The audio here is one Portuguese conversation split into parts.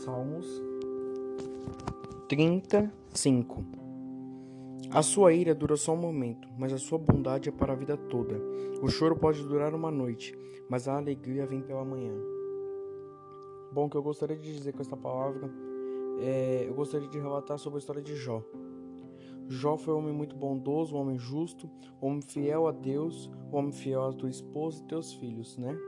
Salmos 35. A sua ira dura só um momento, mas a sua bondade é para a vida toda. O choro pode durar uma noite, mas a alegria vem pela manhã. Bom, o que eu gostaria de dizer com essa palavra eu gostaria de relatar sobre a história de Jó. Jó foi um homem muito bondoso, um homem justo, um homem fiel a Deus, um homem fiel à tua esposa e teus filhos, né?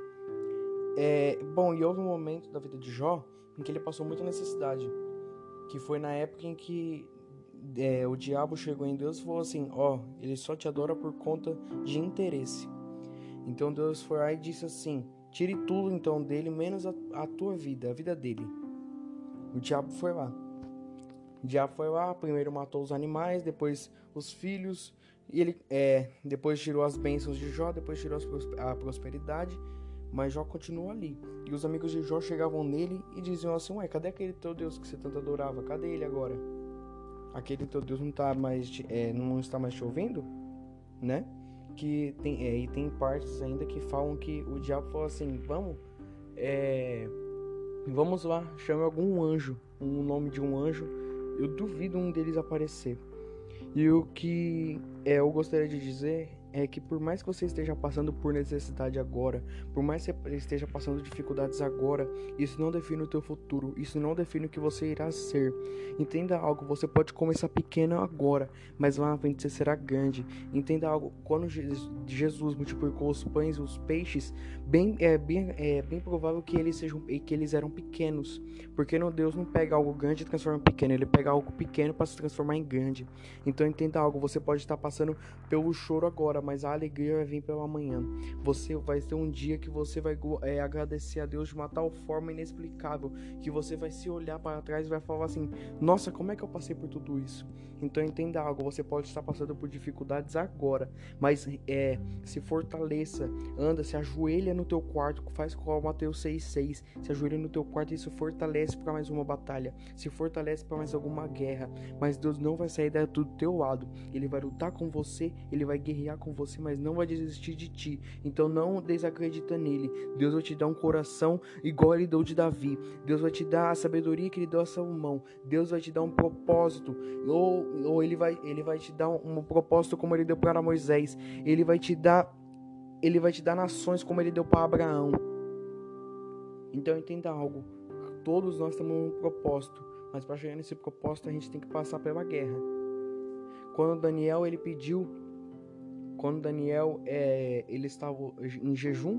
E houve um momento da vida de Jó em que ele passou muita necessidade, que foi na época em que o diabo chegou em Deus e falou assim, ele só te adora por conta de interesse. Então Deus foi lá e disse assim, tire tudo então dele, menos a tua vida, a vida dele. O diabo foi lá, primeiro matou os animais, depois os filhos, e ele depois tirou as bênçãos de Jó, depois tirou a prosperidade, mas Jó continuou ali. E os amigos de Jó chegavam nele e diziam assim, cadê aquele teu Deus que você tanto adorava? Cadê ele agora? Aquele teu Deus não está mais te ouvindo? Né? E tem partes ainda que falam que o diabo falou assim, vamos lá, chame algum anjo, um nome de um anjo, eu duvido um deles aparecer. E o que eu gostaria de dizer é que por mais que você esteja passando por necessidade agora, por mais que você esteja passando dificuldades agora, isso não define o teu futuro, isso não define o que você irá ser. Entenda algo, você pode começar pequeno agora, mas lá na frente você será grande. Entenda algo, quando Jesus multiplicou os pães e os peixes, é bem provável que eles eram pequenos, porque Deus não pega algo grande e transforma em pequeno, ele pega algo pequeno para se transformar em grande. Então entenda algo, você pode estar passando pelo choro agora, mas a alegria vai vir pela manhã. Você vai ter um dia que você vai agradecer a Deus de uma tal forma inexplicável, que você vai se olhar para trás e vai falar assim, nossa, como é que eu passei por tudo isso? Então entenda algo, você pode estar passando por dificuldades agora, mas se fortaleça, se ajoelha no teu quarto, faz como Mateus 6,6, se ajoelha no teu quarto e isso fortalece para mais uma batalha, se fortalece para mais alguma guerra, mas Deus não vai sair do teu lado, Ele vai lutar com você, Ele vai guerrear com você, mas não vai desistir de ti. Então não desacredita nele. Deus vai te dar um coração igual Ele deu de Davi. Deus vai te dar a sabedoria que Ele deu a Salomão. Deus vai te dar um propósito, ou Ele vai te dar um propósito como Ele deu para Moisés. Ele vai te dar nações como Ele deu para Abraão. Então entenda algo, todos nós temos um propósito, mas para chegar nesse propósito a gente tem que passar pela guerra. Quando Daniel ele estava em jejum,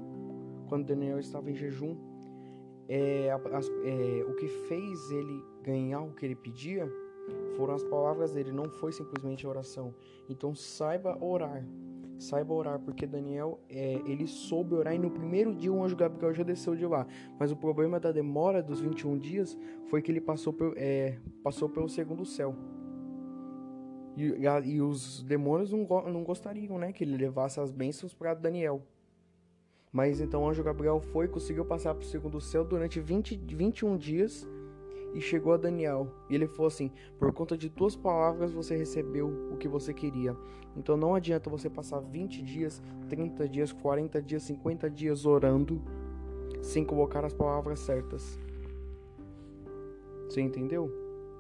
o que fez ele ganhar o que ele pedia foram as palavras dele, não foi simplesmente a oração. Então saiba orar, porque Daniel ele soube orar, e no primeiro dia o anjo Gabriel já desceu de lá, mas o problema da demora dos 21 dias foi que ele passou pelo segundo céu. E os demônios não gostariam, né, que ele levasse as bênçãos para Daniel. Mas então o anjo Gabriel conseguiu passar para o segundo céu durante 21 dias e chegou a Daniel. E ele falou assim, por conta de tuas palavras você recebeu o que você queria. Então não adianta você passar 20 dias, 30 dias, 40 dias, 50 dias orando sem colocar as palavras certas. Você entendeu?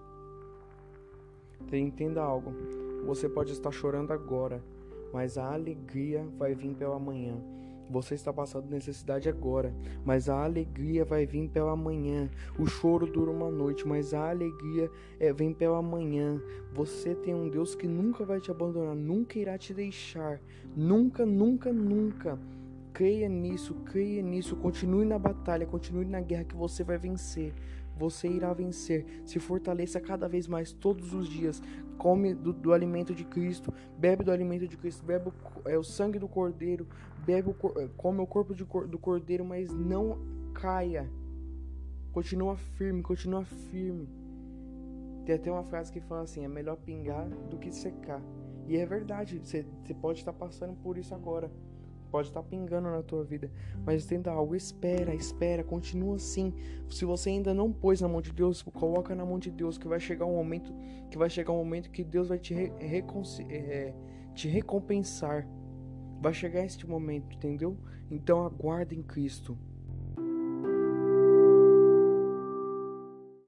Entenda algo, você pode estar chorando agora, mas a alegria vai vir pela manhã. Você está passando necessidade agora, mas a alegria vai vir pela manhã. O choro dura uma noite, mas a alegria vem pela manhã. Você tem um Deus que nunca vai te abandonar, nunca irá te deixar, nunca, nunca, nunca. Creia nisso, continue na batalha, continue na guerra que você vai vencer. Você irá vencer. Se fortaleça cada vez mais todos os dias. Come do alimento de Cristo, bebe do alimento de Cristo, bebe o sangue do Cordeiro, come o corpo do Cordeiro, mas não caia. Continua firme. Tem até uma frase que fala assim, é melhor pingar do que secar. E é verdade, você pode estar passando por isso agora. Pode estar pingando na tua vida, mas tenta algo, espera, continua assim. Se você ainda não pôs na mão de Deus, coloca na mão de Deus, que vai chegar um momento que Deus vai te recompensar. Vai chegar este momento, entendeu? Então aguarda em Cristo.